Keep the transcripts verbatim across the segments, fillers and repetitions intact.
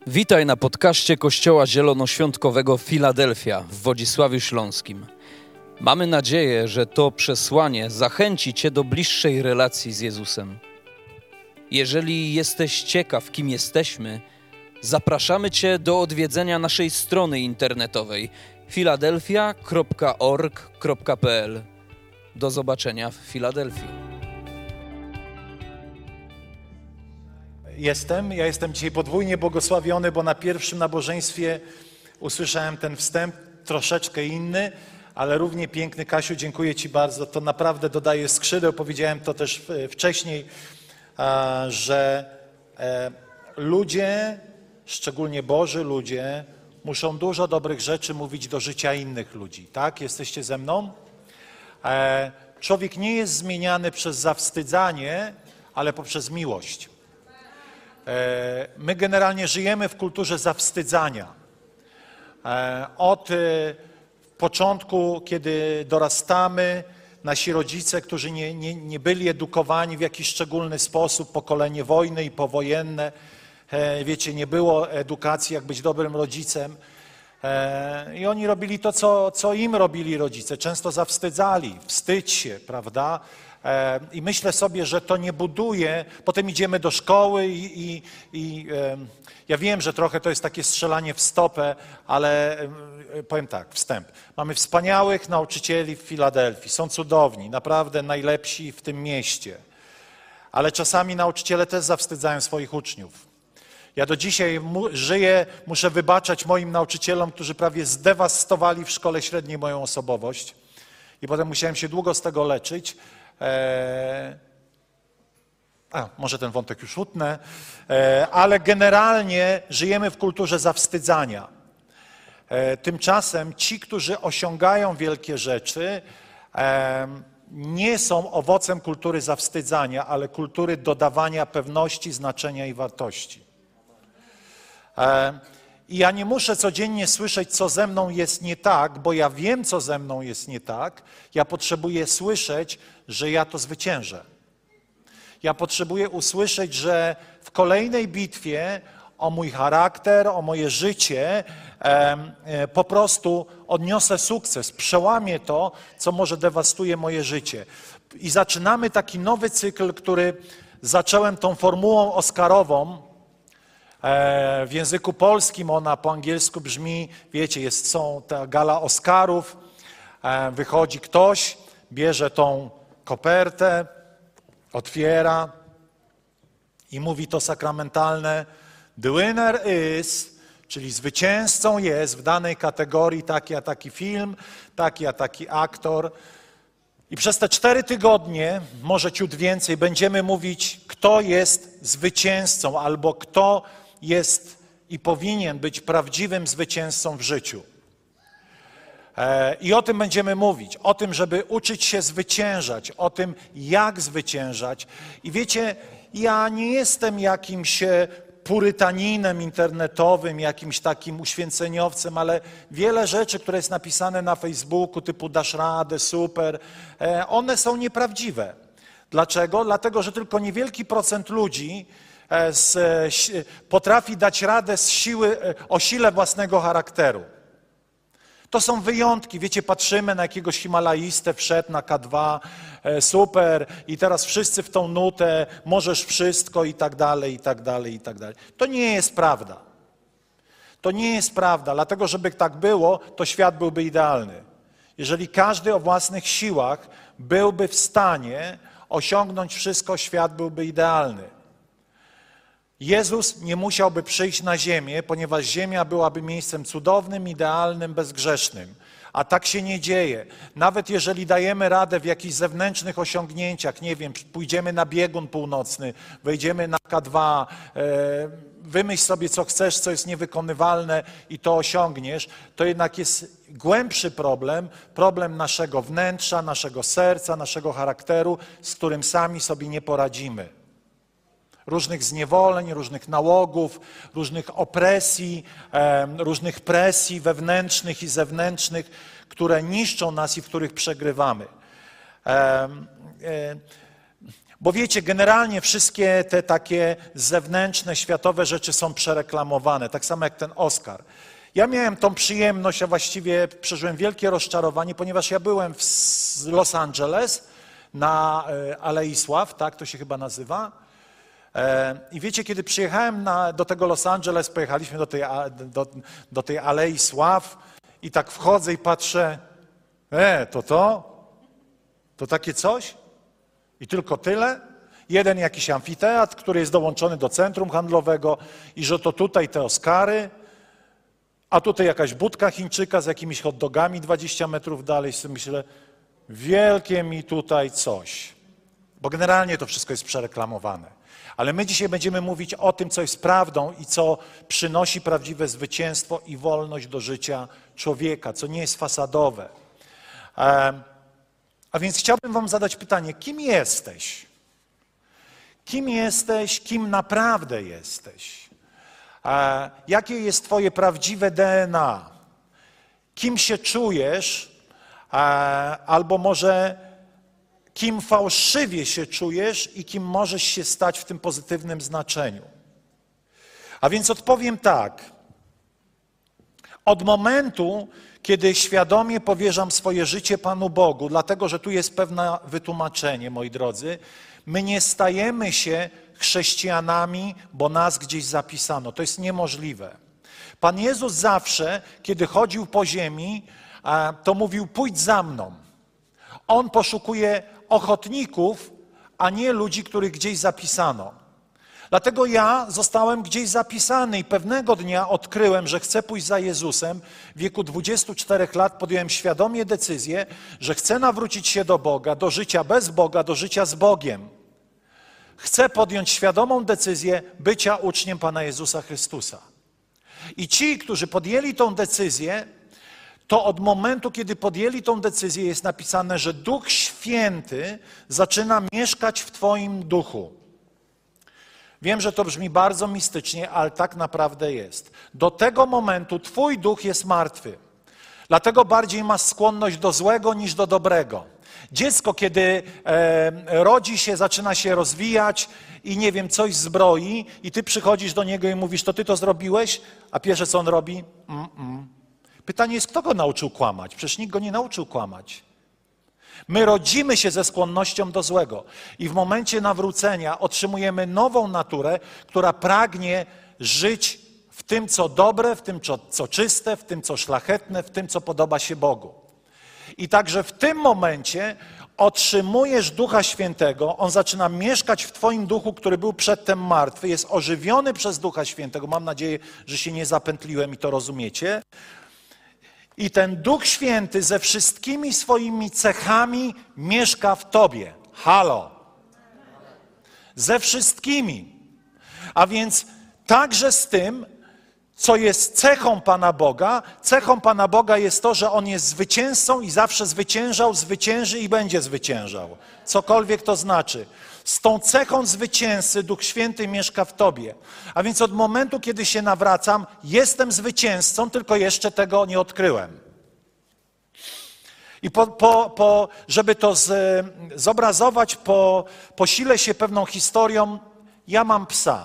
Witaj na podcaście Kościoła Zielonoświątkowego Filadelfia w Wodzisławiu Śląskim. Mamy nadzieję, że to przesłanie zachęci Cię do bliższej relacji z Jezusem. Jeżeli jesteś ciekaw, kim jesteśmy, zapraszamy Cię do odwiedzenia naszej strony internetowej filadelfia kropka org kropka p l. Do zobaczenia w Filadelfii. Jestem. Ja jestem dzisiaj podwójnie błogosławiony, bo na pierwszym nabożeństwie usłyszałem ten wstęp, troszeczkę inny, ale równie piękny. Kasiu, dziękuję Ci bardzo. To naprawdę dodaje skrzydeł. Powiedziałem to też wcześniej, że ludzie, szczególnie Boży ludzie, muszą dużo dobrych rzeczy mówić do życia innych ludzi. Tak? Jesteście ze mną? Człowiek nie jest zmieniany przez zawstydzanie, ale poprzez miłość. My generalnie żyjemy w kulturze zawstydzania. Od początku, kiedy dorastamy, nasi rodzice, którzy nie, nie, nie byli edukowani w jakiś szczególny sposób, pokolenie wojny i powojenne, wiecie, nie było edukacji, jak być dobrym rodzicem. I oni robili to, co, co im robili rodzice. Często zawstydzali, wstydź się, prawda? I myślę sobie, że to nie buduje. Potem idziemy do szkoły i, i, i ja wiem, że trochę to jest takie strzelanie w stopę, ale powiem tak, wstęp. Mamy wspaniałych nauczycieli w Filadelfii, są cudowni, naprawdę najlepsi w tym mieście. Ale czasami nauczyciele też zawstydzają swoich uczniów. Ja do dzisiaj mu, żyję, muszę wybaczać moim nauczycielom, którzy prawie zdewastowali w szkole średniej moją osobowość i potem musiałem się długo z tego leczyć. Eee, a, może ten wątek już utnę, eee, ale generalnie żyjemy w kulturze zawstydzania. Eee, tymczasem ci, którzy osiągają wielkie rzeczy, eee, nie są owocem kultury zawstydzania, ale kultury dodawania pewności, znaczenia i wartości. Eee, I ja nie muszę codziennie słyszeć, co ze mną jest nie tak, bo ja wiem, co ze mną jest nie tak. Ja potrzebuję słyszeć, że ja to zwyciężę. Ja potrzebuję usłyszeć, że w kolejnej bitwie o mój charakter, o moje życie e, e, po prostu odniosę sukces, przełamię to, co może dewastuje moje życie. I zaczynamy taki nowy cykl, który zacząłem tą formułą oscarową. W języku polskim ona po angielsku brzmi, wiecie, jest, są ta gala Oscarów, wychodzi ktoś, bierze tą kopertę, otwiera i mówi to sakramentalne: the winner is, czyli zwycięzcą jest w danej kategorii taki a taki film, taki a taki aktor. I przez te cztery tygodnie, może ciut więcej, będziemy mówić, kto jest zwycięzcą albo kto jest i powinien być prawdziwym zwycięzcą w życiu. I o tym będziemy mówić, o tym, żeby uczyć się zwyciężać, o tym, jak zwyciężać. I wiecie, ja nie jestem jakimś purytaninem internetowym, jakimś takim uświęceniowcem, ale wiele rzeczy, które jest napisane na Facebooku, typu dasz radę, super, one są nieprawdziwe. Dlaczego? Dlatego, że tylko niewielki procent ludzi z, potrafi dać radę z siły, o sile własnego charakteru. To są wyjątki. Wiecie, patrzymy na jakiegoś Himalaistę, wszedł na K dwa, super, i teraz wszyscy w tą nutę, możesz wszystko i tak dalej, i tak dalej, i tak dalej. To nie jest prawda. To nie jest prawda, dlatego żeby tak było, to świat byłby idealny. Jeżeli każdy o własnych siłach byłby w stanie osiągnąć wszystko, świat byłby idealny. Jezus nie musiałby przyjść na ziemię, ponieważ ziemia byłaby miejscem cudownym, idealnym, bezgrzesznym. A tak się nie dzieje. Nawet jeżeli dajemy radę w jakichś zewnętrznych osiągnięciach, nie wiem, pójdziemy na biegun północny, wejdziemy na K dwa, e, wymyśl sobie co chcesz, co jest niewykonywalne i to osiągniesz, to jednak jest głębszy problem, problem naszego wnętrza, naszego serca, naszego charakteru, z którym sami sobie nie poradzimy. Różnych zniewoleń, różnych nałogów, różnych opresji, e, różnych presji wewnętrznych i zewnętrznych, które niszczą nas i w których przegrywamy. E, e, Bo wiecie, generalnie wszystkie te takie zewnętrzne, światowe rzeczy są przereklamowane, tak samo jak ten Oscar. Ja miałem tą przyjemność, a właściwie przeżyłem wielkie rozczarowanie, ponieważ ja byłem w Los Angeles na Alei Sław, tak to się chyba nazywa. I wiecie, kiedy przyjechałem na, do tego Los Angeles, pojechaliśmy do tej, do, do tej Alei Sław i tak wchodzę i patrzę, e, to to? To takie coś? I tylko tyle? Jeden jakiś amfiteatr, który jest dołączony do centrum handlowego i że to tutaj te Oscary, a tutaj jakaś budka Chińczyka z jakimiś hot dogami dwadzieścia metrów dalej. Sobie myślę, wielkie mi tutaj coś. Bo generalnie to wszystko jest przereklamowane. Ale my dzisiaj będziemy mówić o tym, co jest prawdą i co przynosi prawdziwe zwycięstwo i wolność do życia człowieka, co nie jest fasadowe. A więc chciałbym wam zadać pytanie, kim jesteś? Kim jesteś, kim naprawdę jesteś? Jakie jest twoje prawdziwe D N A? Kim się czujesz? Albo może kim fałszywie się czujesz i kim możesz się stać w tym pozytywnym znaczeniu? A więc odpowiem tak. Od momentu, kiedy świadomie powierzam swoje życie Panu Bogu, dlatego że tu jest pewne wytłumaczenie, moi drodzy, my nie stajemy się chrześcijanami, bo nas gdzieś zapisano. To jest niemożliwe. Pan Jezus zawsze, kiedy chodził po ziemi, to mówił, pójdź za mną. On poszukuje ochotników, a nie ludzi, których gdzieś zapisano. Dlatego ja zostałem gdzieś zapisany i pewnego dnia odkryłem, że chcę pójść za Jezusem. W wieku dwudziestu czterech lat podjąłem świadomie decyzję, że chcę nawrócić się do Boga, do życia bez Boga, do życia z Bogiem. Chcę podjąć świadomą decyzję bycia uczniem Pana Jezusa Chrystusa. I ci, którzy podjęli tą decyzję, to od momentu, kiedy podjęli tą decyzję, jest napisane, że Duch Święty zaczyna mieszkać w twoim duchu. Wiem, że to brzmi bardzo mistycznie, ale tak naprawdę jest. Do tego momentu twój duch jest martwy. Dlatego bardziej masz skłonność do złego niż do dobrego. Dziecko, kiedy e, rodzi się, zaczyna się rozwijać i nie wiem, coś zbroi i ty przychodzisz do niego i mówisz, to ty to zrobiłeś? A pierwsze, co on robi? Mm-mm. Pytanie jest, kto go nauczył kłamać? Przecież nikt go nie nauczył kłamać. My rodzimy się ze skłonnością do złego i w momencie nawrócenia otrzymujemy nową naturę, która pragnie żyć w tym, co dobre, w tym, co, co czyste, w tym, co szlachetne, w tym, co podoba się Bogu. I także w tym momencie otrzymujesz Ducha Świętego, On zaczyna mieszkać w twoim duchu, który był przedtem martwy, jest ożywiony przez Ducha Świętego. Mam nadzieję, że się nie zapętliłem i to rozumiecie. I ten Duch Święty ze wszystkimi swoimi cechami mieszka w tobie. Halo. Ze wszystkimi. A więc także z tym, co jest cechą Pana Boga. Cechą Pana Boga jest to, że On jest zwycięzcą i zawsze zwyciężał, zwycięży i będzie zwyciężał. Cokolwiek to znaczy. Z tą cechą zwycięzcy Duch Święty mieszka w tobie. A więc od momentu, kiedy się nawracam, jestem zwycięzcą, tylko jeszcze tego nie odkryłem. I po, po, po, żeby to z, zobrazować, po, posilę się pewną historią. Ja mam psa.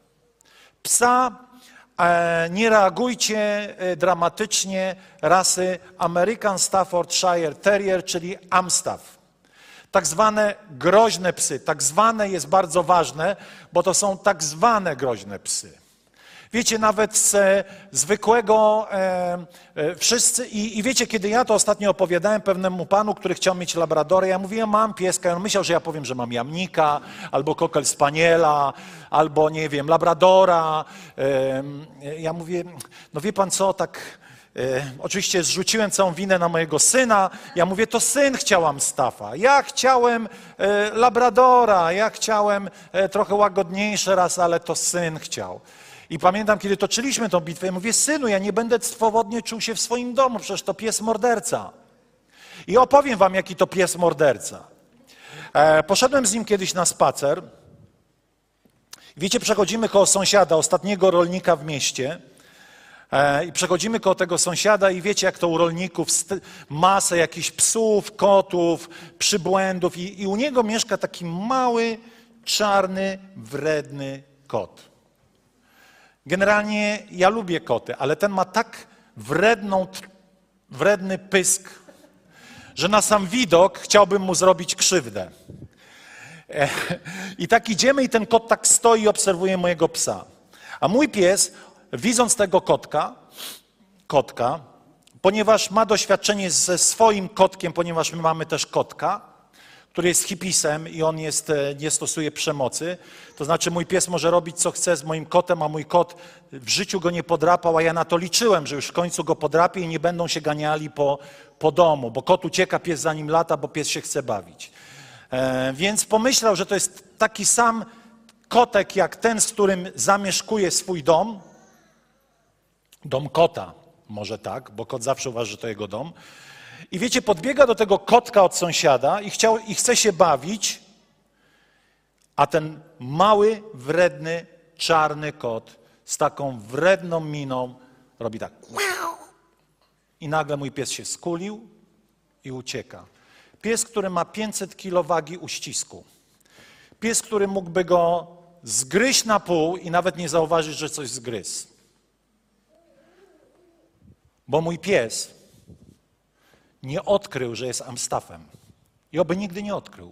Psa, e, nie reagujcie e, dramatycznie, rasy American Staffordshire Terrier, czyli Amstaff. Tak zwane groźne psy. Tak zwane jest bardzo ważne, bo to są tak zwane groźne psy. Wiecie, nawet z e, zwykłego e, e, wszyscy, i, i wiecie, kiedy ja to ostatnio opowiadałem pewnemu panu, który chciał mieć labradora, ja mówiłem, mam pieska, i on myślał, że ja powiem, że mam jamnika, albo cocker spaniela, albo nie wiem, labradora. E, ja mówię, no wie pan co, tak... E, oczywiście zrzuciłem całą winę na mojego syna. Ja mówię, to syn chciał Amstaffa. Ja chciałem e, labradora, ja chciałem e, trochę łagodniejszy raz, ale to syn chciał. I pamiętam, kiedy toczyliśmy tą bitwę, ja mówię, synu, ja nie będę swobodnie czuł się w swoim domu, przecież to pies morderca. I opowiem wam, jaki to pies morderca. E, poszedłem z nim kiedyś na spacer. Wiecie, przechodzimy koło sąsiada, ostatniego rolnika w mieście. I przechodzimy koło tego sąsiada i wiecie, jak to u rolników, masę jakichś psów, kotów, przybłędów i, i u niego mieszka taki mały, czarny, wredny kot. Generalnie ja lubię koty, ale ten ma tak wredną, wredny pysk, że na sam widok chciałbym mu zrobić krzywdę. I tak idziemy i ten kot tak stoi i obserwuje mojego psa. A mój pies, widząc tego kotka, kotka, ponieważ ma doświadczenie ze swoim kotkiem, ponieważ my mamy też kotka, który jest hipisem i on jest, nie stosuje przemocy, to znaczy mój pies może robić co chce z moim kotem, a mój kot w życiu go nie podrapał, a ja na to liczyłem, że już w końcu go podrapię i nie będą się ganiali po, po domu, bo kot ucieka, pies za nim lata, bo pies się chce bawić. E, więc pomyślał, że to jest taki sam kotek jak ten, z którym zamieszkuje swój dom, dom kota, może tak, bo kot zawsze uważa, że to jego dom. I wiecie, podbiega do tego kotka od sąsiada i, chciał, i chce się bawić, a ten mały, wredny, czarny kot z taką wredną miną robi tak. I nagle mój pies się skulił i ucieka. Pies, który ma pięćset kilo wagi uścisku. Pies, który mógłby go zgryźć na pół i nawet nie zauważyć, że coś zgryzł. Bo mój pies nie odkrył, że jest Amstaffem. I oby nigdy nie odkrył.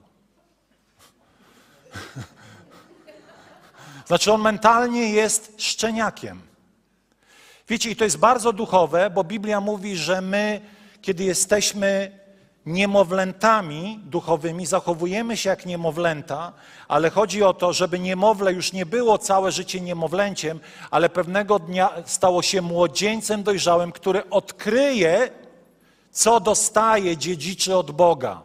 Znaczy on mentalnie jest szczeniakiem. Wiecie, i to jest bardzo duchowe, bo Biblia mówi, że my, kiedy jesteśmy niemowlętami duchowymi, zachowujemy się jak niemowlęta, ale chodzi o to, żeby niemowlę już nie było całe życie niemowlęciem, ale pewnego dnia stało się młodzieńcem dojrzałym, który odkryje, co dostaje, dziedziczy od Boga.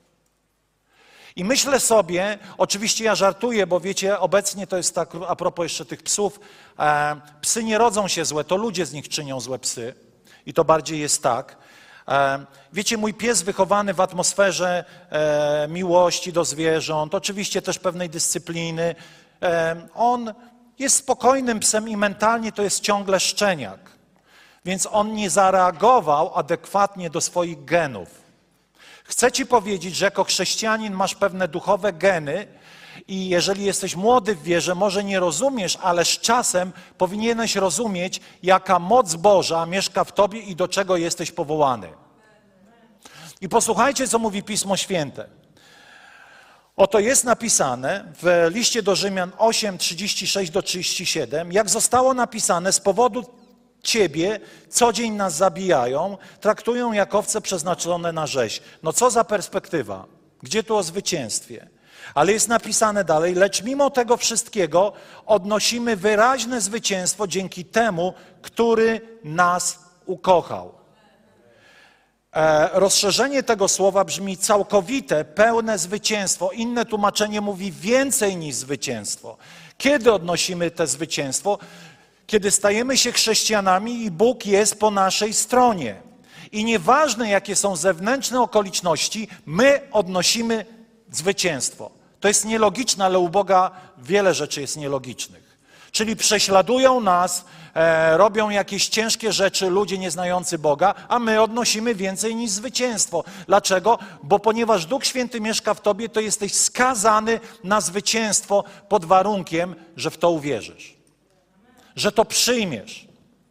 I myślę sobie, oczywiście ja żartuję, bo wiecie, obecnie to jest tak, a propos jeszcze tych psów, e, psy nie rodzą się złe, to ludzie z nich czynią złe psy. I to bardziej jest tak. E, wiecie, mój pies wychowany w atmosferze e, miłości do zwierząt, oczywiście też pewnej dyscypliny, e, on jest spokojnym psem i mentalnie to jest ciągle szczeniak. Więc on nie zareagował adekwatnie do swoich genów. Chcę ci powiedzieć, że jako chrześcijanin masz pewne duchowe geny i jeżeli jesteś młody w wierze, może nie rozumiesz, ale z czasem powinieneś rozumieć, jaka moc Boża mieszka w tobie i do czego jesteś powołany. I posłuchajcie, co mówi Pismo Święte. Oto jest napisane w liście do Rzymian osiem, trzydzieści sześć do trzydziestu siedmiu, jak zostało napisane, z powodu Ciebie co dzień nas zabijają, traktują jak owce przeznaczone na rzeź. No co za perspektywa? Gdzie tu o zwycięstwie? Ale jest napisane dalej, lecz mimo tego wszystkiego odnosimy wyraźne zwycięstwo dzięki temu, który nas ukochał. E, rozszerzenie tego słowa brzmi całkowite, pełne zwycięstwo. Inne tłumaczenie mówi więcej niż zwycięstwo. Kiedy odnosimy to zwycięstwo? Kiedy stajemy się chrześcijanami i Bóg jest po naszej stronie. I nieważne, jakie są zewnętrzne okoliczności, my odnosimy zwycięstwo. To jest nielogiczne, ale u Boga wiele rzeczy jest nielogicznych. Czyli prześladują nas, e, robią jakieś ciężkie rzeczy ludzie nieznający Boga, a my odnosimy więcej niż zwycięstwo. Dlaczego? Bo ponieważ Duch Święty mieszka w tobie, to jesteś skazany na zwycięstwo pod warunkiem, że w to uwierzysz. Że to przyjmiesz.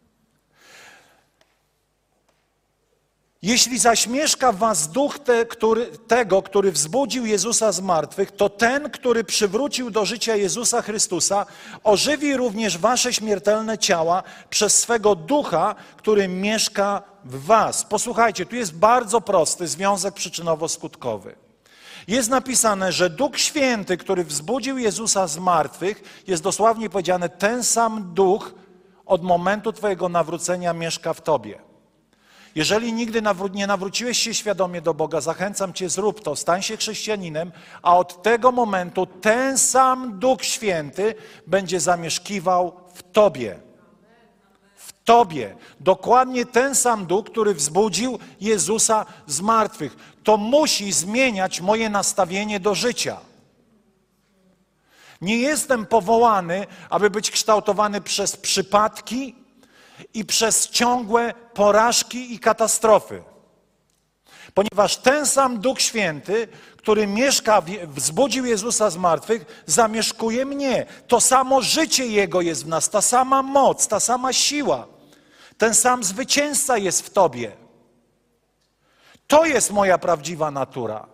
Jeśli zaś mieszka w was duch te, który, tego, który wzbudził Jezusa z martwych, to ten, który przywrócił do życia Jezusa Chrystusa, ożywi również wasze śmiertelne ciała przez swego ducha, który mieszka w was. Posłuchajcie, tu jest bardzo prosty związek przyczynowo-skutkowy. Jest napisane, że Duch Święty, który wzbudził Jezusa z martwych, jest dosłownie powiedziane, ten sam Duch od momentu twojego nawrócenia mieszka w tobie. Jeżeli nigdy nawró- nie nawróciłeś się świadomie do Boga, zachęcam cię, zrób to, stań się chrześcijaninem, a od tego momentu ten sam Duch Święty będzie zamieszkiwał w tobie. W tobie. Dokładnie ten sam Duch, który wzbudził Jezusa z martwych. To musi zmieniać moje nastawienie do życia. Nie jestem powołany, aby być kształtowany przez przypadki i przez ciągłe porażki i katastrofy. Ponieważ ten sam Duch Święty, który mieszka, wzbudził Jezusa z martwych, zamieszkuje mnie. To samo życie Jego jest w nas, ta sama moc, ta sama siła. Ten sam zwycięzca jest w tobie. To jest moja prawdziwa natura.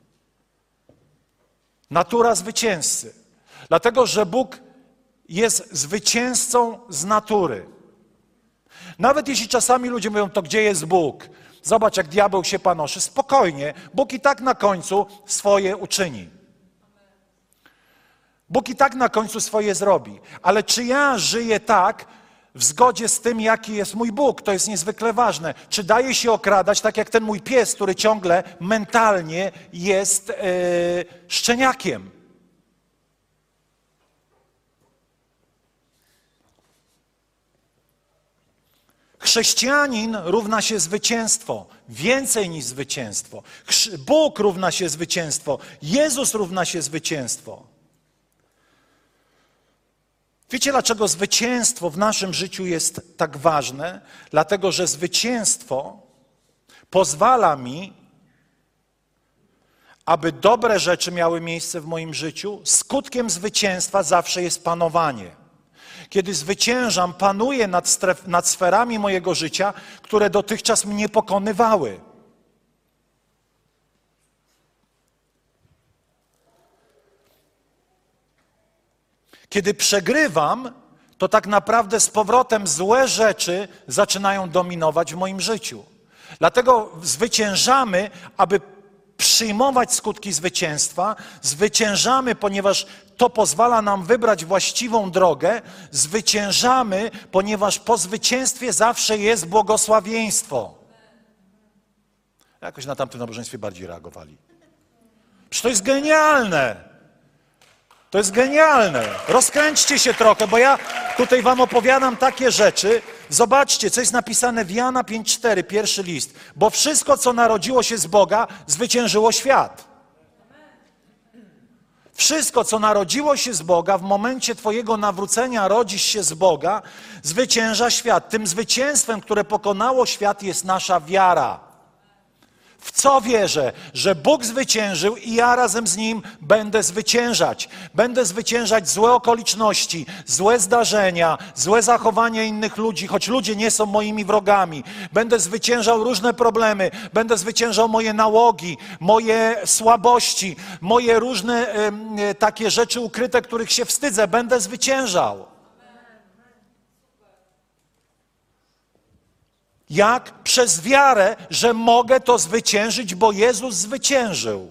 Natura zwycięzcy. Dlatego, że Bóg jest zwycięzcą z natury. Nawet jeśli czasami ludzie mówią, to gdzie jest Bóg? Zobacz, jak diabeł się panoszy. Spokojnie, Bóg i tak na końcu swoje uczyni. Bóg i tak na końcu swoje zrobi. Ale czy ja żyję tak, w zgodzie z tym, jaki jest mój Bóg? To jest niezwykle ważne. Czy daje się okradać, tak jak ten mój pies, który ciągle mentalnie jest yy, szczeniakiem? Chrześcijanin równa się zwycięstwo, więcej niż zwycięstwo. Bóg równa się zwycięstwo, Jezus równa się zwycięstwo. Wiecie, dlaczego zwycięstwo w naszym życiu jest tak ważne? Dlatego, że zwycięstwo pozwala mi, aby dobre rzeczy miały miejsce w moim życiu. Skutkiem zwycięstwa zawsze jest panowanie. Kiedy zwyciężam, panuję nad, stref, nad sferami mojego życia, które dotychczas mnie pokonywały. Kiedy przegrywam, to tak naprawdę z powrotem złe rzeczy zaczynają dominować w moim życiu. Dlatego zwyciężamy, aby przyjmować skutki zwycięstwa. Zwyciężamy, ponieważ to pozwala nam wybrać właściwą drogę. Zwyciężamy, ponieważ po zwycięstwie zawsze jest błogosławieństwo. Jakoś na tamtym nabożeństwie bardziej reagowali. Przecież to jest genialne. To jest genialne. Rozkręćcie się trochę, bo ja tutaj wam opowiadam takie rzeczy. Zobaczcie, co jest napisane w Jana pięć cztery, pierwszy list. Bo wszystko, co narodziło się z Boga, zwyciężyło świat. Wszystko, co narodziło się z Boga, w momencie twojego nawrócenia rodzisz się z Boga, zwycięża świat. Tym zwycięstwem, które pokonało świat, jest nasza wiara. W co wierzę? Że Bóg zwyciężył i ja razem z Nim będę zwyciężać. Będę zwyciężać złe okoliczności, złe zdarzenia, złe zachowania innych ludzi, choć ludzie nie są moimi wrogami. Będę zwyciężał różne problemy, będę zwyciężał moje nałogi, moje słabości, moje różne y, y, takie rzeczy ukryte, których się wstydzę. Będę zwyciężał. Jak? Przez wiarę, że mogę to zwyciężyć, bo Jezus zwyciężył.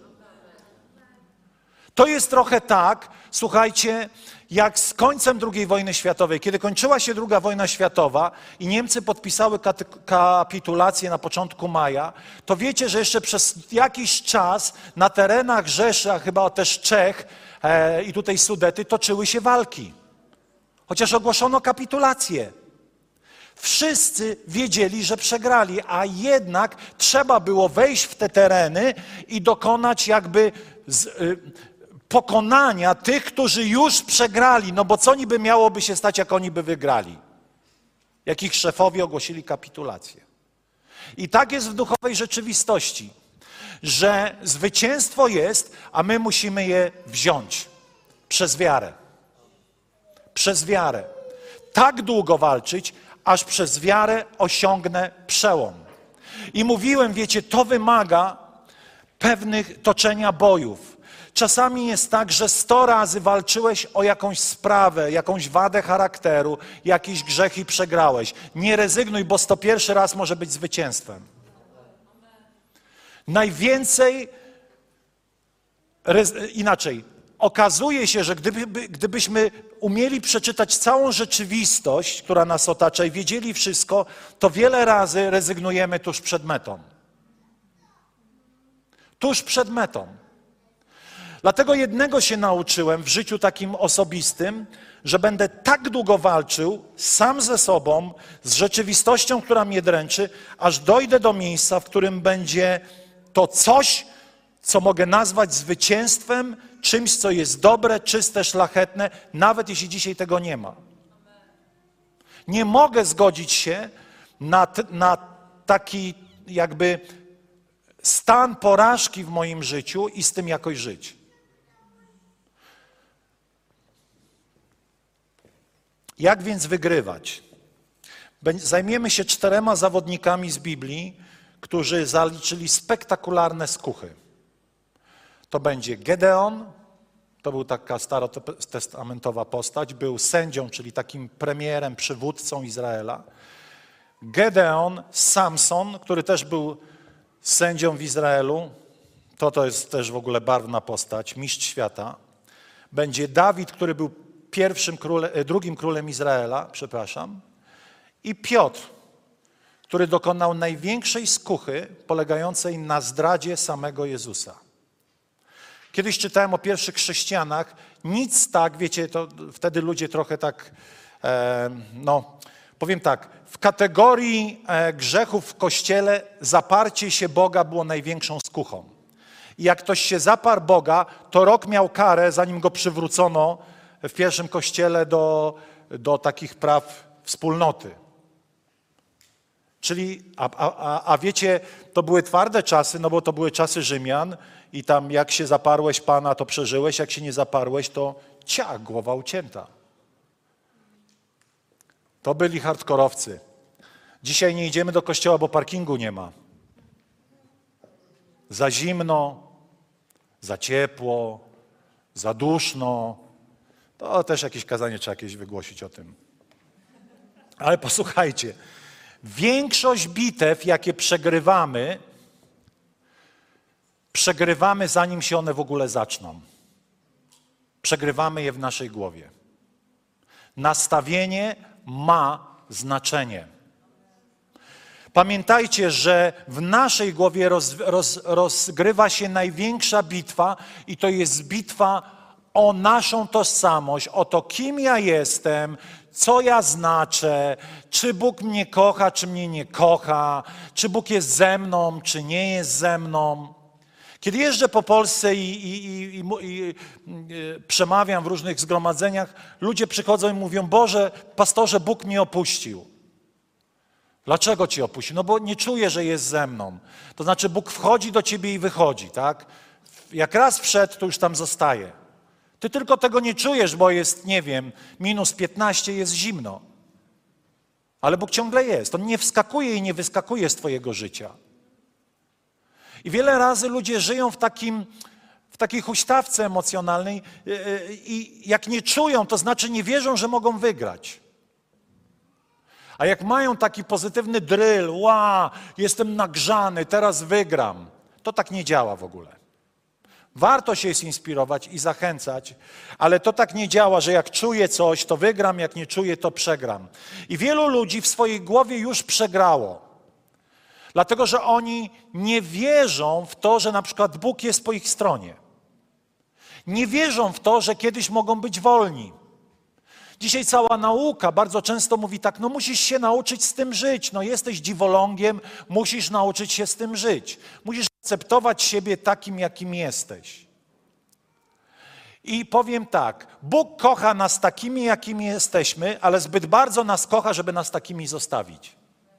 To jest trochę tak, słuchajcie, jak z końcem drugiej wojny światowej. Kiedy kończyła się druga wojna światowa i Niemcy podpisały kapitulację na początku maja, to wiecie, że jeszcze przez jakiś czas na terenach Rzeszy, a chyba też Czech e, i tutaj Sudety toczyły się walki. Chociaż ogłoszono kapitulację. Wszyscy wiedzieli, że przegrali, a jednak trzeba było wejść w te tereny i dokonać jakby z, y, pokonania tych, którzy już przegrali. No bo co niby miałoby się stać, jak oni by wygrali? Jak ich szefowie ogłosili kapitulację. I tak jest w duchowej rzeczywistości, że zwycięstwo jest, a my musimy je wziąć przez wiarę. Przez wiarę. Tak długo walczyć, aż przez wiarę osiągnę przełom. I mówiłem, wiecie, to wymaga pewnych toczenia bojów. Czasami jest tak, że sto razy walczyłeś o jakąś sprawę, jakąś wadę charakteru, jakiś grzech i przegrałeś. Nie rezygnuj, bo sto pierwszy raz może być zwycięstwem. Najwięcej, inaczej, okazuje się, że gdyby, gdybyśmy umieli przeczytać całą rzeczywistość, która nas otacza i wiedzieli wszystko, to wiele razy rezygnujemy tuż przed metą. Tuż przed metą. Dlatego jednego się nauczyłem w życiu takim osobistym, że będę tak długo walczył sam ze sobą, z rzeczywistością, która mnie dręczy, aż dojdę do miejsca, w którym będzie to coś, co mogę nazwać zwycięstwem, czymś, co jest dobre, czyste, szlachetne, nawet jeśli dzisiaj tego nie ma. Nie mogę zgodzić się na, na taki jakby stan porażki w moim życiu i z tym jakoś żyć. Jak więc wygrywać? Zajmiemy się czterema zawodnikami z Biblii, którzy zaliczyli spektakularne skuchy. To będzie Gedeon, to był taka starotestamentowa postać, był sędzią, czyli takim premierem, przywódcą Izraela. Gedeon, Samson, który też był sędzią w Izraelu, to to jest też w ogóle barwna postać, mistrz świata. Będzie Dawid, który był pierwszym królem, drugim królem Izraela, przepraszam. I Piotr, który dokonał największej skuchy polegającej na zdradzie samego Jezusa. Kiedyś czytałem o pierwszych chrześcijanach, nic tak, wiecie, to wtedy ludzie trochę tak, e, no, powiem tak, w kategorii e, grzechów w Kościele zaparcie się Boga było największą skuchą. I jak ktoś się zaparł Boga, to rok miał karę, zanim go przywrócono w pierwszym Kościele do, do takich praw wspólnoty. Czyli, a, a, a wiecie, to były twarde czasy, no bo to były czasy Rzymian i tam jak się zaparłeś Pana, to przeżyłeś, jak się nie zaparłeś, to ciach, głowa ucięta. To byli hardkorowcy. Dzisiaj nie idziemy do kościoła, bo parkingu nie ma. Za zimno, za ciepło, za duszno. To też jakieś kazanie trzeba jakieś wygłosić o tym. Ale posłuchajcie, większość bitew, jakie przegrywamy, przegrywamy zanim się one w ogóle zaczną. Przegrywamy je w naszej głowie. Nastawienie ma znaczenie. Pamiętajcie, że w naszej głowie roz, roz, rozgrywa się największa bitwa i to jest bitwa o naszą tożsamość, o to, kim ja jestem, co ja znaczę, czy Bóg mnie kocha, czy mnie nie kocha, czy Bóg jest ze mną, czy nie jest ze mną. Kiedy jeżdżę po Polsce i, i, i, i, i przemawiam w różnych zgromadzeniach, ludzie przychodzą i mówią: Boże, pastorze, Bóg mnie opuścił. Dlaczego cię opuścił? No bo nie czuję, że jest ze mną. To znaczy Bóg wchodzi do ciebie i wychodzi, tak? Jak raz wszedł, to już tam zostaje. Ty tylko tego nie czujesz, bo jest, nie wiem, minus piętnaście, jest zimno. Ale Bóg ciągle jest. On nie wskakuje i nie wyskakuje z twojego życia. I wiele razy ludzie żyją w takim, w takiej huśtawce emocjonalnej i jak nie czują, to znaczy nie wierzą, że mogą wygrać. A jak mają taki pozytywny dryl, ła, jestem nagrzany, teraz wygram, to tak nie działa w ogóle. Warto się inspirować i zachęcać, ale to tak nie działa, że jak czuję coś, to wygram, jak nie czuję, to przegram. I wielu ludzi w swojej głowie już przegrało. Dlatego, że oni nie wierzą w to, że na przykład Bóg jest po ich stronie. Nie wierzą w to, że kiedyś mogą być wolni. Dzisiaj cała nauka bardzo często mówi tak: no musisz się nauczyć z tym żyć, no jesteś dziwolągiem, musisz nauczyć się z tym żyć. Musisz akceptować siebie takim, jakim jesteś. I powiem tak, Bóg kocha nas takimi, jakimi jesteśmy, ale zbyt bardzo nas kocha, żeby nas takimi zostawić.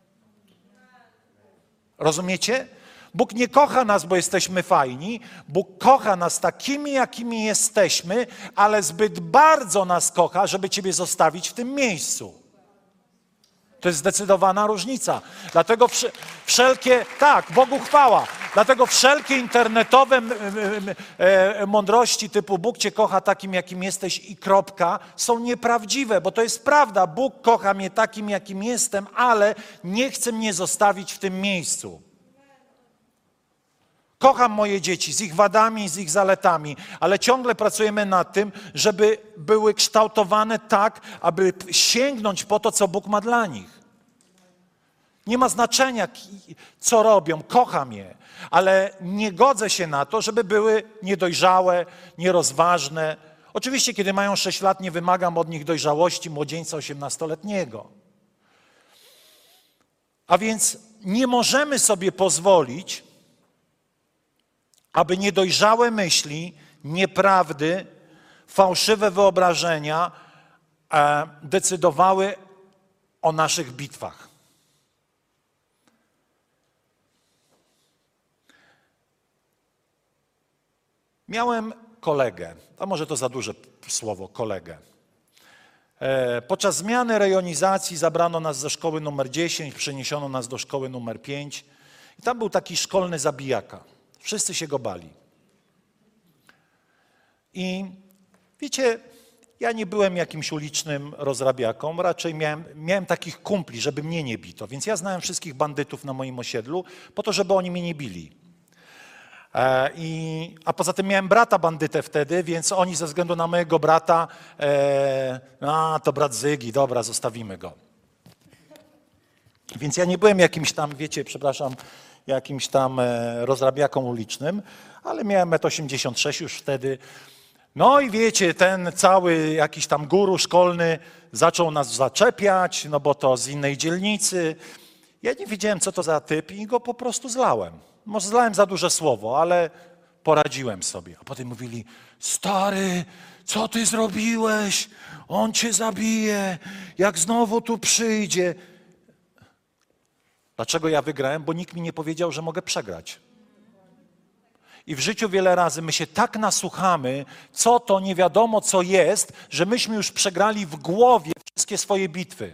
Rozumiecie? Bóg nie kocha nas, bo jesteśmy fajni. Bóg kocha nas takimi, jakimi jesteśmy, ale zbyt bardzo nas kocha, żeby ciebie zostawić w tym miejscu. To jest zdecydowana różnica. Dlatego wszelkie, tak, Bogu chwała, dlatego wszelkie internetowe mądrości typu Bóg cię kocha takim, jakim jesteś i kropka, są nieprawdziwe, bo to jest prawda. Bóg kocha mnie takim, jakim jestem, ale nie chce mnie zostawić w tym miejscu. Kocham moje dzieci z ich wadami, z ich zaletami, ale ciągle pracujemy nad tym, żeby były kształtowane tak, aby sięgnąć po to, co Bóg ma dla nich. Nie ma znaczenia, co robią, kocham je, ale nie godzę się na to, żeby były niedojrzałe, nierozważne. Oczywiście, kiedy mają sześć lat, nie wymagam od nich dojrzałości młodzieńca osiemnastoletniego. A więc nie możemy sobie pozwolić, aby niedojrzałe myśli, nieprawdy, fałszywe wyobrażenia e, decydowały o naszych bitwach. Miałem kolegę, a może to za duże słowo, kolegę. Podczas zmiany rejonizacji zabrano nas ze szkoły numer dziesięć, przeniesiono nas do szkoły numer pięć i tam był taki szkolny zabijaka. Wszyscy się go bali. I wiecie, ja nie byłem jakimś ulicznym rozrabiaką, raczej miałem, miałem takich kumpli, żeby mnie nie bito, więc ja znałem wszystkich bandytów na moim osiedlu po to, żeby oni mnie nie bili. E, i, a poza tym miałem brata bandytę wtedy, więc oni ze względu na mojego brata, e, a to brat Zygi, dobra, zostawimy go. Więc ja nie byłem jakimś tam, wiecie, przepraszam, jakimś tam e, rozrabiaką ulicznym, ale miałem metr osiemdziesiąt sześć już wtedy. No i wiecie, ten cały jakiś tam guru szkolny zaczął nas zaczepiać, no bo to z innej dzielnicy. Ja nie wiedziałem, co to za typ i go po prostu zlałem. Może zlałem za duże słowo, ale poradziłem sobie. A potem mówili, stary, co ty zrobiłeś? On cię zabije, jak znowu tu przyjdzie. Dlaczego ja wygrałem? Bo nikt mi nie powiedział, że mogę przegrać. I w życiu wiele razy my się tak nasłuchamy, co to nie wiadomo co jest, że myśmy już przegrali w głowie wszystkie swoje bitwy.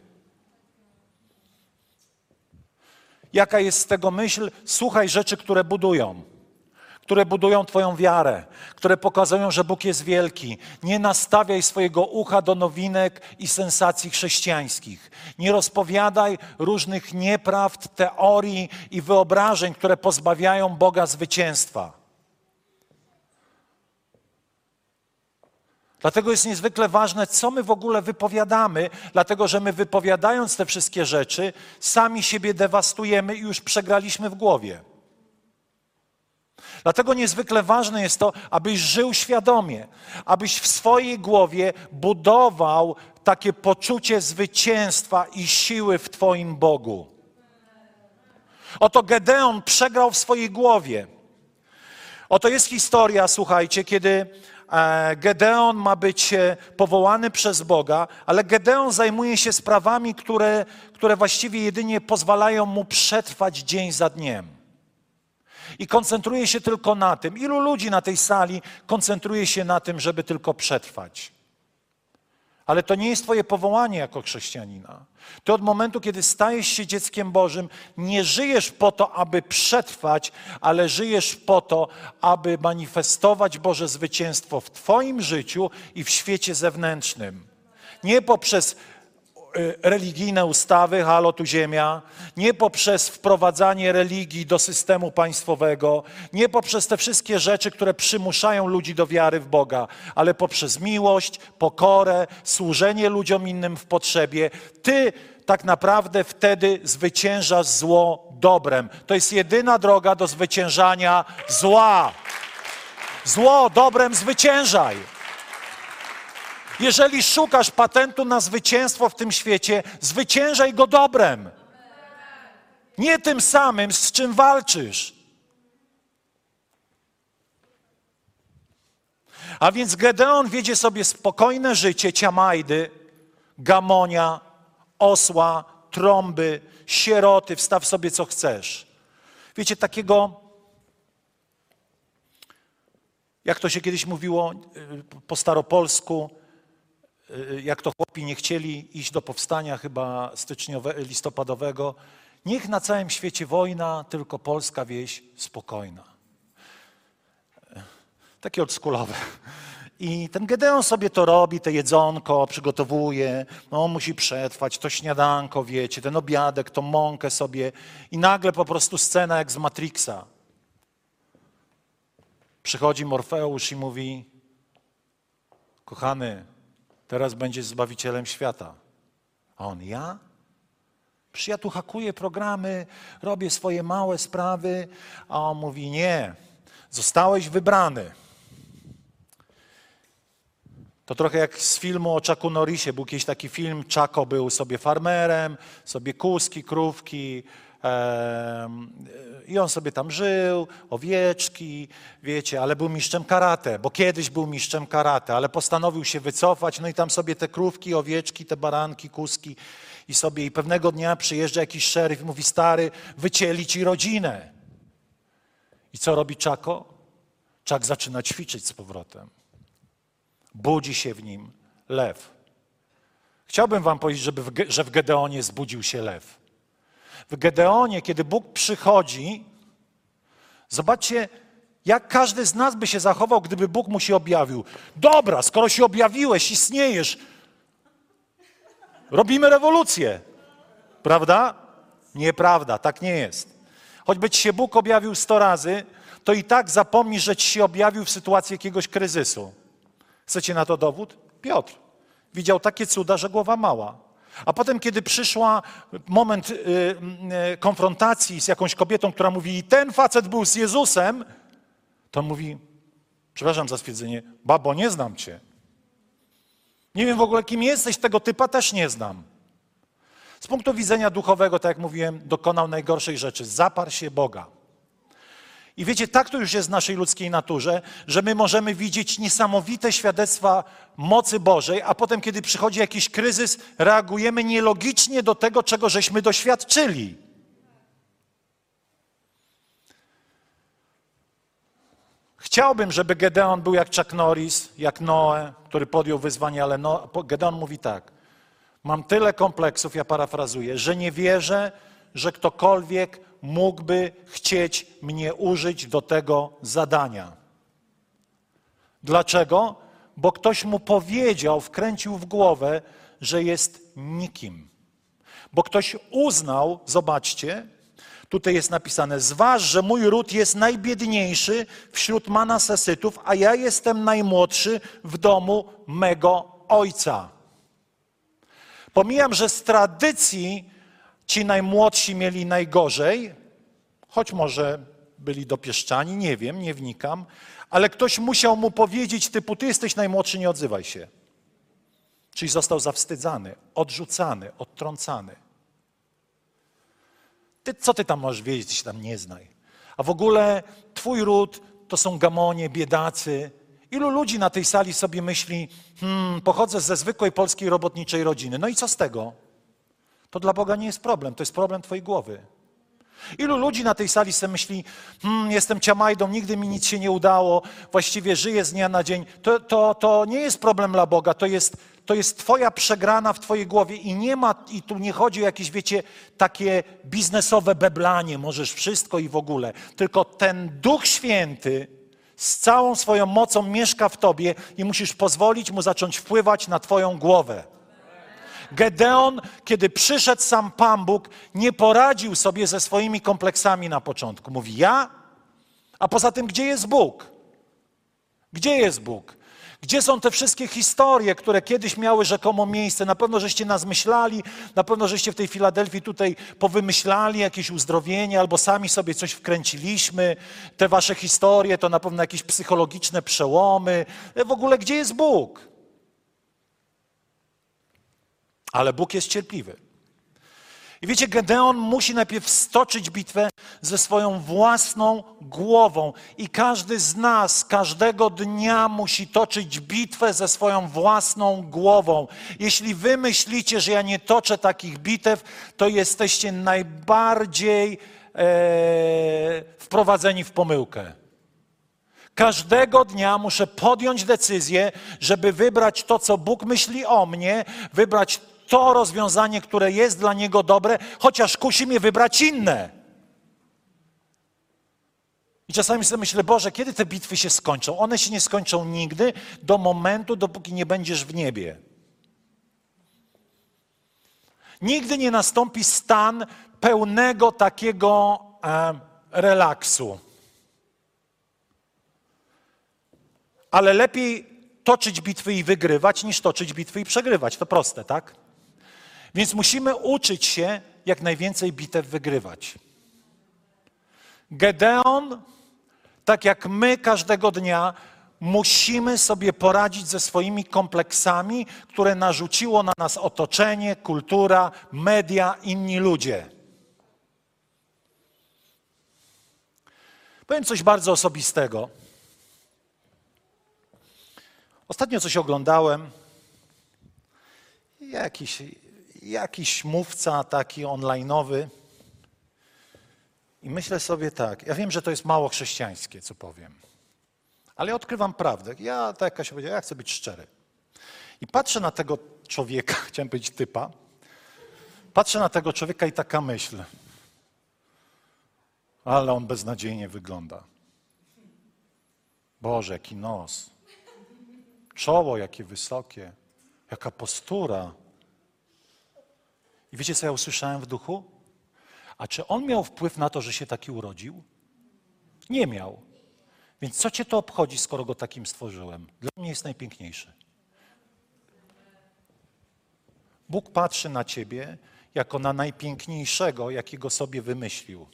Jaka jest z tego myśl? Słuchaj rzeczy, które budują. Które budują twoją wiarę, które pokazują, że Bóg jest wielki. Nie nastawiaj swojego ucha do nowinek i sensacji chrześcijańskich. Nie rozpowiadaj różnych nieprawd, teorii i wyobrażeń, które pozbawiają Boga zwycięstwa. Dlatego jest niezwykle ważne, co my w ogóle wypowiadamy, dlatego że my wypowiadając te wszystkie rzeczy, sami siebie dewastujemy i już przegraliśmy w głowie. Dlatego niezwykle ważne jest to, abyś żył świadomie, abyś w swojej głowie budował takie poczucie zwycięstwa i siły w twoim Bogu. Oto Gedeon przegrał w swojej głowie. Oto jest historia, słuchajcie, kiedy Gedeon ma być powołany przez Boga, ale Gedeon zajmuje się sprawami, które, które właściwie jedynie pozwalają mu przetrwać dzień za dniem. I koncentruje się tylko na tym. Ilu ludzi na tej sali koncentruje się na tym, żeby tylko przetrwać? Ale to nie jest twoje powołanie jako chrześcijanina. Ty od momentu, kiedy stajesz się dzieckiem Bożym, nie żyjesz po to, aby przetrwać, ale żyjesz po to, aby manifestować Boże zwycięstwo w twoim życiu i w świecie zewnętrznym. Nie poprzez religijne ustawy, halo tu ziemia, nie poprzez wprowadzanie religii do systemu państwowego, nie poprzez te wszystkie rzeczy, które przymuszają ludzi do wiary w Boga, ale poprzez miłość, pokorę, służenie ludziom innym w potrzebie. Ty tak naprawdę wtedy zwyciężasz zło dobrem. To jest jedyna droga do zwyciężania zła. Zło dobrem zwyciężaj. Jeżeli szukasz patentu na zwycięstwo w tym świecie, zwyciężaj go dobrem. Nie tym samym, z czym walczysz. A więc Gedeon wiedzie sobie spokojne życie Ciamajdy, Gamonia, osła, trąby, sieroty, wstaw sobie co chcesz. Wiecie, takiego, jak to się kiedyś mówiło po staropolsku, jak to chłopi nie chcieli iść do powstania chyba styczniowego, listopadowego. Niech na całym świecie wojna, tylko polska wieś spokojna. Takie oldschoolowe. I ten Gedeon sobie to robi, te jedzonko przygotowuje, no musi przetrwać, to śniadanko, wiecie, ten obiadek, tą mąkę sobie i nagle po prostu scena jak z Matrixa. Przychodzi Morfeusz i mówi, kochany, teraz będziesz Zbawicielem świata. A on, ja? Przecież ja tu hakuję programy, robię swoje małe sprawy. A on mówi, nie, zostałeś wybrany. To trochę jak z filmu o Chucku Norrisie. Był kiedyś taki film, Chucko był sobie farmerem, sobie kózki, krówki, I on sobie tam żył, owieczki, wiecie, ale był mistrzem karate, bo kiedyś był mistrzem karate, ale postanowił się wycofać, no i tam sobie te krówki, owieczki, te baranki, kuski i sobie i pewnego dnia przyjeżdża jakiś szeryf i mówi, stary, wycięli ci rodzinę. I co robi Czako? Czak zaczyna ćwiczyć z powrotem. Budzi się w nim lew. Chciałbym wam powiedzieć, żeby w, że w Gedeonie zbudził się lew. W Gedeonie, kiedy Bóg przychodzi, zobaczcie, jak każdy z nas by się zachował, gdyby Bóg mu się objawił. Dobra, skoro się objawiłeś, istniejesz, robimy rewolucję. Prawda? Nieprawda, tak nie jest. Choćby ci się Bóg objawił sto razy, to i tak zapomnisz, że ci się objawił w sytuacji jakiegoś kryzysu. Chcecie na to dowód? Piotr widział takie cuda, że głowa mała. A potem, kiedy przyszła moment y, y, konfrontacji z jakąś kobietą, która mówi, ten facet był z Jezusem, to on mówi, przepraszam za stwierdzenie, babo, nie znam cię. Nie wiem w ogóle, kim jesteś, tego typa też nie znam. Z punktu widzenia duchowego, tak jak mówiłem, dokonał najgorszej rzeczy. Zaparł się Boga. I wiecie, tak to już jest w naszej ludzkiej naturze, że my możemy widzieć niesamowite świadectwa mocy Bożej, a potem, kiedy przychodzi jakiś kryzys, reagujemy nielogicznie do tego, czego żeśmy doświadczyli. Chciałbym, żeby Gedeon był jak Chuck Norris, jak Noe, który podjął wyzwanie, ale no, Gedeon mówi tak. Mam tyle kompleksów, ja parafrazuję, że nie wierzę, że ktokolwiek mógłby chcieć mnie użyć do tego zadania. Dlaczego? Bo ktoś mu powiedział, wkręcił w głowę, że jest nikim. Bo ktoś uznał, zobaczcie, tutaj jest napisane, zważ, że mój ród jest najbiedniejszy wśród Manasesytów, a ja jestem najmłodszy w domu mego ojca. Pomijam, że z tradycji ci najmłodsi mieli najgorzej, choć może byli dopieszczani, nie wiem, nie wnikam, ale ktoś musiał mu powiedzieć typu, ty jesteś najmłodszy, nie odzywaj się. Czyli został zawstydzany, odrzucany, odtrącany. Ty, co ty tam możesz wiedzieć, ty się tam nie znaj. A w ogóle twój ród to są gamonie, biedacy. Ilu ludzi na tej sali sobie myśli, hmm, pochodzę ze zwykłej polskiej robotniczej rodziny. No i co z tego? To dla Boga nie jest problem, to jest problem twojej głowy. Ilu ludzi na tej sali sobie myśli, hmm, jestem ciamajdą, nigdy mi nic się nie udało, właściwie żyję z dnia na dzień. To, to, to nie jest problem dla Boga, to jest, to jest twoja przegrana w twojej głowie i nie ma, i tu nie chodzi o jakieś, wiecie, takie biznesowe beblanie, możesz wszystko i w ogóle. Tylko ten Duch Święty z całą swoją mocą mieszka w tobie i musisz pozwolić mu zacząć wpływać na twoją głowę. Gedeon, kiedy przyszedł sam Pan Bóg, nie poradził sobie ze swoimi kompleksami na początku. Mówi, ja? A poza tym, gdzie jest Bóg? Gdzie jest Bóg? Gdzie są te wszystkie historie, które kiedyś miały rzekomo miejsce? Na pewno żeście nas myślali, na pewno żeście w tej Filadelfii tutaj powymyślali jakieś uzdrowienie, albo sami sobie coś wkręciliśmy. Te wasze historie to na pewno jakieś psychologiczne przełomy. W ogóle, gdzie jest Bóg? Ale Bóg jest cierpliwy. I wiecie, Gedeon musi najpierw stoczyć bitwę ze swoją własną głową. I każdy z nas każdego dnia musi toczyć bitwę ze swoją własną głową. Jeśli wy myślicie, że ja nie toczę takich bitew, to jesteście najbardziej e, wprowadzeni w pomyłkę. Każdego dnia muszę podjąć decyzję, żeby wybrać to, co Bóg myśli o mnie, wybrać to rozwiązanie, które jest dla Niego dobre, chociaż kusi mnie wybrać inne. I czasami sobie myślę, Boże, kiedy te bitwy się skończą? One się nie skończą nigdy do momentu, dopóki nie będziesz w niebie. Nigdy nie nastąpi stan pełnego takiego e, relaksu. Ale lepiej toczyć bitwy i wygrywać, niż toczyć bitwy i przegrywać. To proste, tak? Więc musimy uczyć się jak najwięcej bitew wygrywać. Gedeon, tak jak my każdego dnia, musimy sobie poradzić ze swoimi kompleksami, które narzuciło na nas otoczenie, kultura, media, inni ludzie. Powiem coś bardzo osobistego. Ostatnio coś oglądałem. Jakiś, jakiś mówca taki online'owy. I myślę sobie tak, ja wiem, że to jest mało chrześcijańskie, co powiem. Ale ja odkrywam prawdę. Ja, tak jakaś powiedziała, ja chcę być szczery. I patrzę na tego człowieka, chciałem powiedzieć typa, patrzę na tego człowieka i taka myśl. Ale on beznadziejnie wygląda. Boże, jaki nos. Czoło jakie wysokie. Jaka postura. I wiecie, co ja usłyszałem w duchu? A czy on miał wpływ na to, że się taki urodził? Nie miał. Więc co cię to obchodzi, skoro go takim stworzyłem? Dla mnie jest najpiękniejszy. Bóg patrzy na ciebie jako na najpiękniejszego, jakiego sobie wymyślił.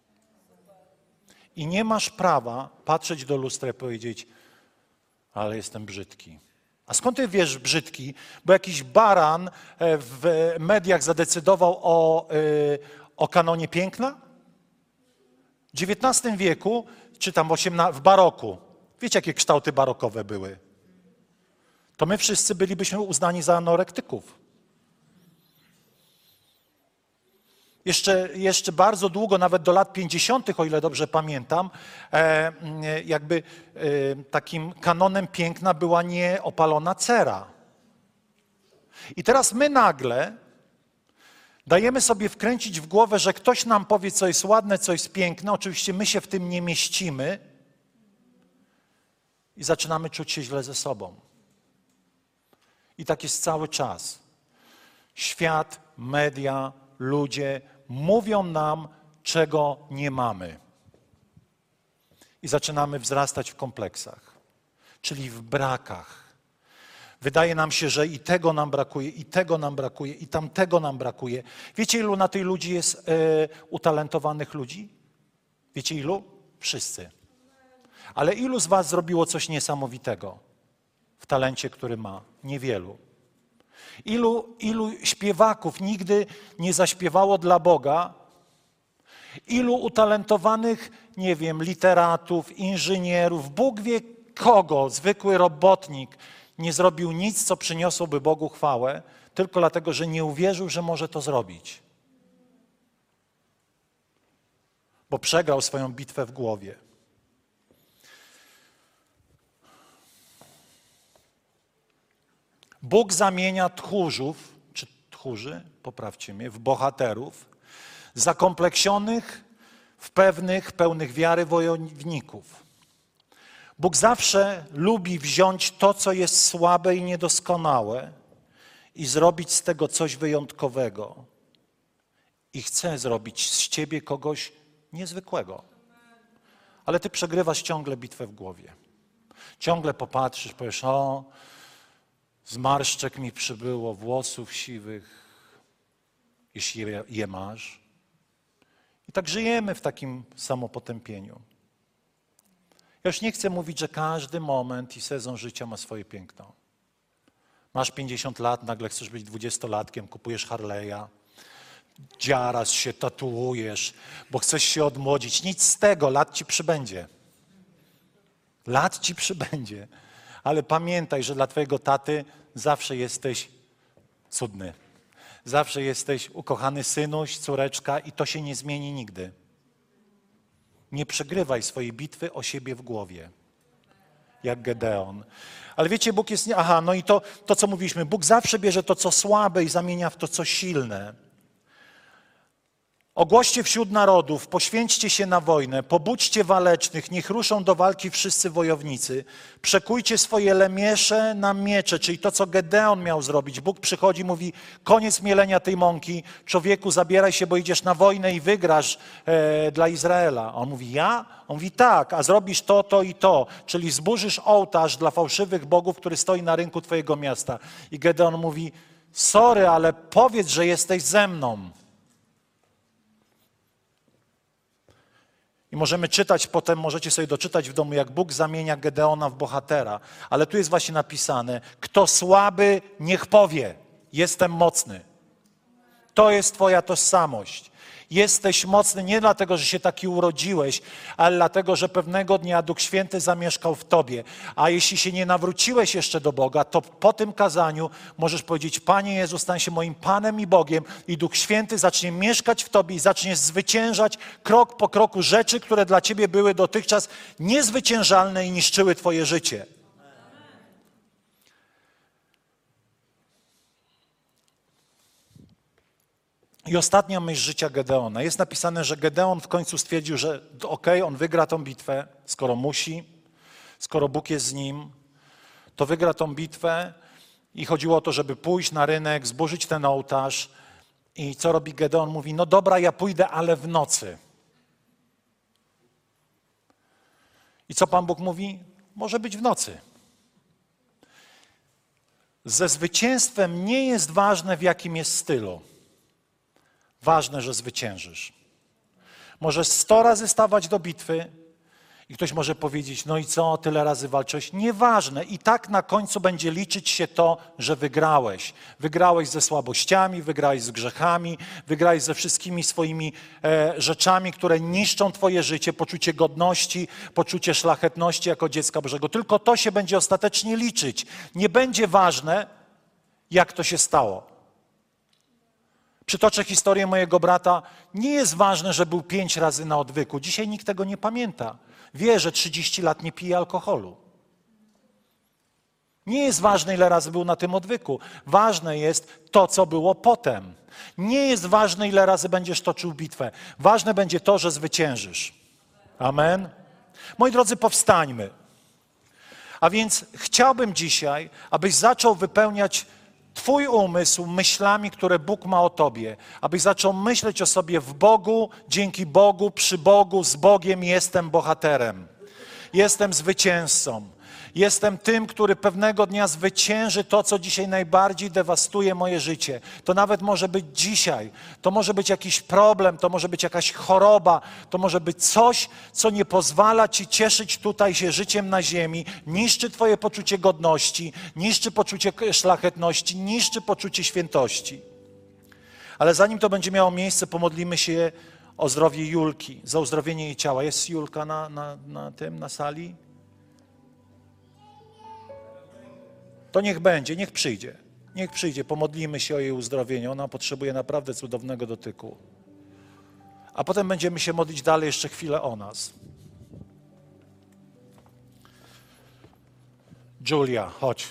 I nie masz prawa patrzeć do lustra i powiedzieć, ale jestem brzydki. A skąd ty wiesz brzydki? Bo jakiś baran w mediach zadecydował o, o kanonie piękna? W dziewiętnastym wieku, czy tam w baroku, wiecie jakie kształty barokowe były? To my wszyscy bylibyśmy uznani za anorektyków. Jeszcze, jeszcze bardzo długo, nawet do lat pięćdziesiątych, o ile dobrze pamiętam, e, jakby e, takim kanonem piękna była nieopalona cera. I teraz my nagle dajemy sobie wkręcić w głowę, że ktoś nam powie, co jest ładne, co jest piękne. Oczywiście my się w tym nie mieścimy i zaczynamy czuć się źle ze sobą. I tak jest cały czas. Świat, media, ludzie mówią nam, czego nie mamy. I zaczynamy wzrastać w kompleksach, czyli w brakach. Wydaje nam się, że i tego nam brakuje, i tego nam brakuje, i tamtego nam brakuje. Wiecie, ilu na tej ludzi jest e, utalentowanych ludzi? Wiecie, ilu? Wszyscy. Ale ilu z was zrobiło coś niesamowitego w talencie, który ma? Niewielu. Ilu, ilu śpiewaków nigdy nie zaśpiewało dla Boga? Ilu utalentowanych, nie wiem, literatów, inżynierów, Bóg wie kogo, zwykły robotnik, nie zrobił nic, co przyniosłoby Bogu chwałę, tylko dlatego, że nie uwierzył, że może to zrobić. Bo przegrał swoją bitwę w głowie. Bóg zamienia tchórzów, czy tchórzy, poprawcie mnie, w bohaterów, zakompleksionych w pewnych, pełnych wiary wojowników. Bóg zawsze lubi wziąć to, co jest słabe i niedoskonałe i zrobić z tego coś wyjątkowego. I chce zrobić z ciebie kogoś niezwykłego. Ale ty przegrywasz ciągle bitwę w głowie. Ciągle popatrzysz, powiesz, o, zmarszczek mi przybyło, włosów siwych, jeśli je masz. I tak żyjemy w takim samopotępieniu. Ja już nie chcę mówić, że każdy moment i sezon życia ma swoje piękno. Masz pięćdziesiąt lat, nagle chcesz być dwudziestolatkiem, kupujesz Harley'a, dziarasz się, tatuujesz, bo chcesz się odmłodzić. Nic z tego, lat ci przybędzie. Lat ci przybędzie. Ale pamiętaj, że dla twojego taty zawsze jesteś cudny. Zawsze jesteś ukochany synuś, córeczka i to się nie zmieni nigdy. Nie przegrywaj swojej bitwy o siebie w głowie, jak Gedeon. Ale wiecie, Bóg jest... Aha, no i to, to, co mówiliśmy. Bóg zawsze bierze to, co słabe i zamienia w to, co silne. Ogłoście wśród narodów, poświęćcie się na wojnę, pobudźcie walecznych, niech ruszą do walki wszyscy wojownicy. Przekujcie swoje lemiesze na miecze, czyli to, co Gedeon miał zrobić. Bóg przychodzi, mówi, koniec mielenia tej mąki, człowieku, zabieraj się, bo idziesz na wojnę i wygrasz e, dla Izraela. A on mówi, ja? On mówi, tak, a zrobisz to, to i to, czyli zburzysz ołtarz dla fałszywych bogów, który stoi na rynku twojego miasta. I Gedeon mówi, sorry, ale powiedz, że jesteś ze mną. I możemy czytać, potem możecie sobie doczytać w domu, jak Bóg zamienia Gedeona w bohatera. Ale tu jest właśnie napisane, kto słaby, niech powie, jestem mocny. To jest twoja tożsamość. Jesteś mocny nie dlatego, że się taki urodziłeś, ale dlatego, że pewnego dnia Duch Święty zamieszkał w tobie. A jeśli się nie nawróciłeś jeszcze do Boga, to po tym kazaniu możesz powiedzieć: Panie Jezu, stań się moim Panem i Bogiem, i Duch Święty zacznie mieszkać w tobie i zaczniesz zwyciężać krok po kroku rzeczy, które dla ciebie były dotychczas niezwyciężalne i niszczyły twoje życie. I ostatnia myśl życia Gedeona. Jest napisane, że Gedeon w końcu stwierdził, że okej, okay, on wygra tą bitwę, skoro musi, skoro Bóg jest z nim, to wygra tą bitwę. I chodziło o to, żeby pójść na rynek, zburzyć ten ołtarz. I co robi Gedeon? Mówi: no dobra, ja pójdę, ale w nocy. I co Pan Bóg mówi? Może być w nocy. Ze zwycięstwem nie jest ważne, w jakim jest stylu. Ważne, że zwyciężysz. Możesz sto razy stawać do bitwy i ktoś może powiedzieć: no i co, tyle razy walczyłeś? Nieważne. I tak na końcu będzie liczyć się to, że wygrałeś. Wygrałeś ze słabościami, wygrałeś z grzechami, wygrałeś ze wszystkimi swoimi e, rzeczami, które niszczą twoje życie, poczucie godności, poczucie szlachetności jako dziecka Bożego. Tylko to się będzie ostatecznie liczyć. Nie będzie ważne, jak to się stało. Przytoczę historię mojego brata. Nie jest ważne, że był pięć razy na odwyku. Dzisiaj nikt tego nie pamięta. Wie, że trzydzieści lat nie pije alkoholu. Nie jest ważne, ile razy był na tym odwyku. Ważne jest to, co było potem. Nie jest ważne, ile razy będziesz toczył bitwę. Ważne będzie to, że zwyciężysz. Amen. Moi drodzy, powstańmy. A więc chciałbym dzisiaj, abyś zaczął wypełniać twój umysł myślami, które Bóg ma o tobie. Abyś zaczął myśleć o sobie w Bogu, dzięki Bogu, przy Bogu, z Bogiem jestem bohaterem. Jestem zwycięzcą. Jestem tym, który pewnego dnia zwycięży to, co dzisiaj najbardziej dewastuje moje życie. To nawet może być dzisiaj. To może być jakiś problem, to może być jakaś choroba, to może być coś, co nie pozwala ci cieszyć tutaj się życiem na ziemi, niszczy twoje poczucie godności, niszczy poczucie szlachetności, niszczy poczucie świętości. Ale zanim to będzie miało miejsce, pomodlimy się o zdrowie Julki, za uzdrowienie jej ciała. Jest Julka na, na, na tym, na sali? To niech będzie, niech przyjdzie. Niech przyjdzie, pomodlimy się o jej uzdrowienie. Ona potrzebuje naprawdę cudownego dotyku. A potem będziemy się modlić dalej jeszcze chwilę o nas. Julia, chodź.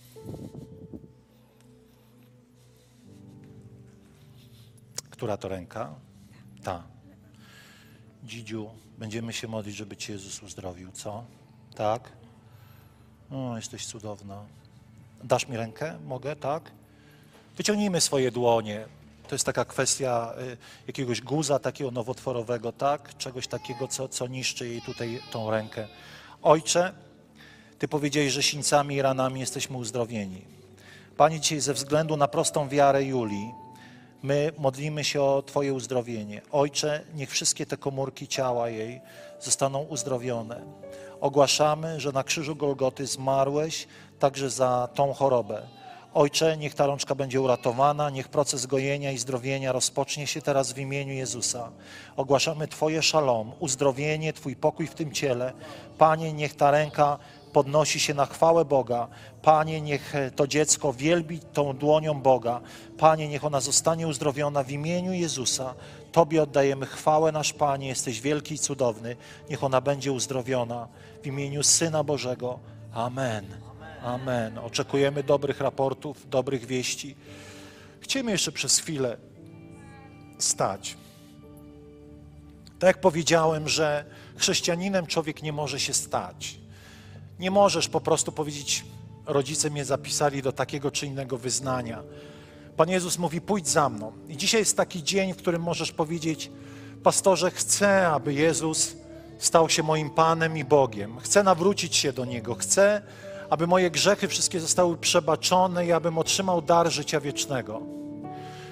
Która to ręka? Ta. Dzidziu, będziemy się modlić, żeby Cię Jezus uzdrowił, co? Tak? O, jesteś cudowna. Dasz mi rękę? Mogę? Tak? Wyciągnijmy swoje dłonie. To jest taka kwestia y, jakiegoś guza takiego nowotworowego, tak? Czegoś takiego, co, co niszczy jej tutaj tą rękę. Ojcze, Ty powiedziałeś, że sińcami i ranami jesteśmy uzdrowieni. Panie, dzisiaj ze względu na prostą wiarę Julii, my modlimy się o Twoje uzdrowienie. Ojcze, niech wszystkie te komórki ciała jej zostaną uzdrowione. Ogłaszamy, że na krzyżu Golgoty zmarłeś także za tą chorobę. Ojcze, niech ta rączka będzie uratowana, niech proces gojenia i zdrowienia rozpocznie się teraz w imieniu Jezusa. Ogłaszamy Twoje szalom, uzdrowienie, Twój pokój w tym ciele. Panie, niech ta ręka podnosi się na chwałę Boga. Panie, niech to dziecko wielbi tą dłonią Boga. Panie, niech ona zostanie uzdrowiona w imieniu Jezusa. Tobie oddajemy chwałę, nasz Panie, jesteś wielki i cudowny. Niech ona będzie uzdrowiona w imieniu Syna Bożego. Amen. Amen. Oczekujemy dobrych raportów, dobrych wieści. Chcemy jeszcze przez chwilę stać. Tak jak powiedziałem, że chrześcijaninem człowiek nie może się stać. Nie możesz po prostu powiedzieć: rodzice mnie zapisali do takiego czy innego wyznania. Pan Jezus mówi: pójdź za mną. I dzisiaj jest taki dzień, w którym możesz powiedzieć: pastorze, chcę, aby Jezus stał się moim Panem i Bogiem. Chcę nawrócić się do Niego. Chcę, aby moje grzechy wszystkie zostały przebaczone i abym otrzymał dar życia wiecznego.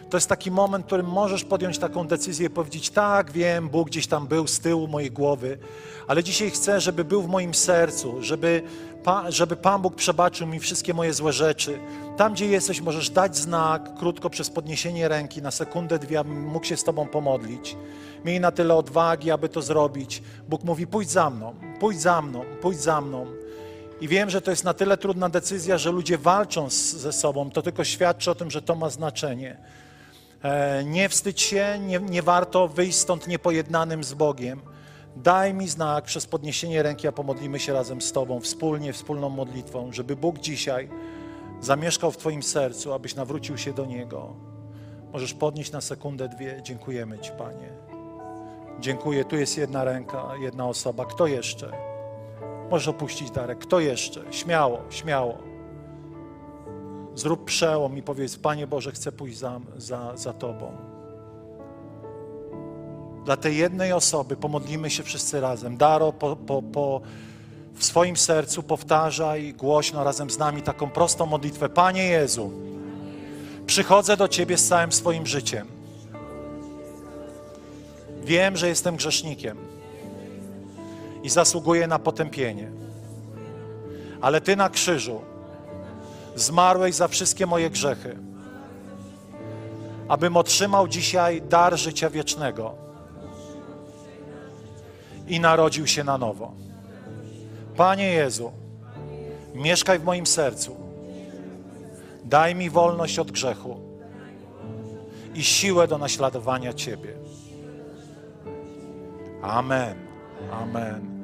To jest taki moment, w którym możesz podjąć taką decyzję i powiedzieć, tak, wiem, Bóg gdzieś tam był z tyłu mojej głowy, ale dzisiaj chcę, żeby był w moim sercu, żeby, pa, żeby Pan Bóg przebaczył mi wszystkie moje złe rzeczy. Tam, gdzie jesteś, możesz dać znak, krótko przez podniesienie ręki, na sekundę, dwie, abym mógł się z Tobą pomodlić. Miej na tyle odwagi, aby to zrobić. Bóg mówi, pójdź za mną, pójdź za mną, pójdź za mną. I wiem, że to jest na tyle trudna decyzja, że ludzie walczą z, ze sobą. To tylko świadczy o tym, że to ma znaczenie. E, nie wstydź się, nie, nie warto wyjść stąd niepojednanym z Bogiem. Daj mi znak przez podniesienie ręki, a pomodlimy się razem z Tobą, wspólnie, wspólną modlitwą, żeby Bóg dzisiaj zamieszkał w Twoim sercu, abyś nawrócił się do Niego. Możesz podnieść na sekundę, dwie. Dziękujemy Ci, Panie. Dziękuję. Tu jest jedna ręka, jedna osoba. Kto jeszcze? Możesz opuścić Darek. Kto jeszcze? Śmiało, śmiało. Zrób przełom i powiedz, Panie Boże, chcę pójść za, za, za Tobą. Dla tej jednej osoby pomodlimy się wszyscy razem. Daro, po, po, po, w swoim sercu powtarzaj głośno razem z nami taką prostą modlitwę. Panie Jezu, przychodzę do Ciebie z całym swoim życiem. Wiem, że jestem grzesznikiem i zasługuję na potępienie. Ale Ty na krzyżu zmarłeś za wszystkie moje grzechy, abym otrzymał dzisiaj dar życia wiecznego i narodził się na nowo. Panie Jezu, mieszkaj w moim sercu. Daj mi wolność od grzechu i siłę do naśladowania Ciebie. Amen. Amen.